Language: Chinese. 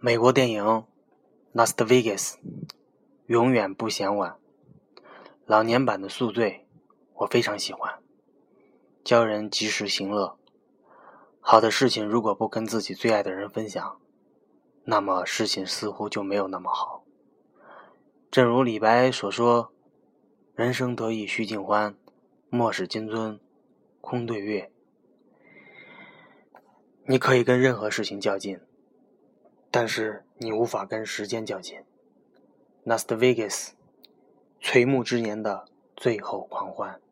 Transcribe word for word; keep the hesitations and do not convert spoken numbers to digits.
美国电影《拉斯维加斯》永远不嫌晚。老年版的宿醉我非常喜欢，教人及时行乐。好的事情如果不跟自己最爱的人分享，那么事情似乎就没有那么好。正如李白所说，人生得意须尽欢，莫使金樽空对月。你可以跟任何事情较劲，但是你无法跟时间较劲。拉斯维加斯，垂暮之年的最后狂欢。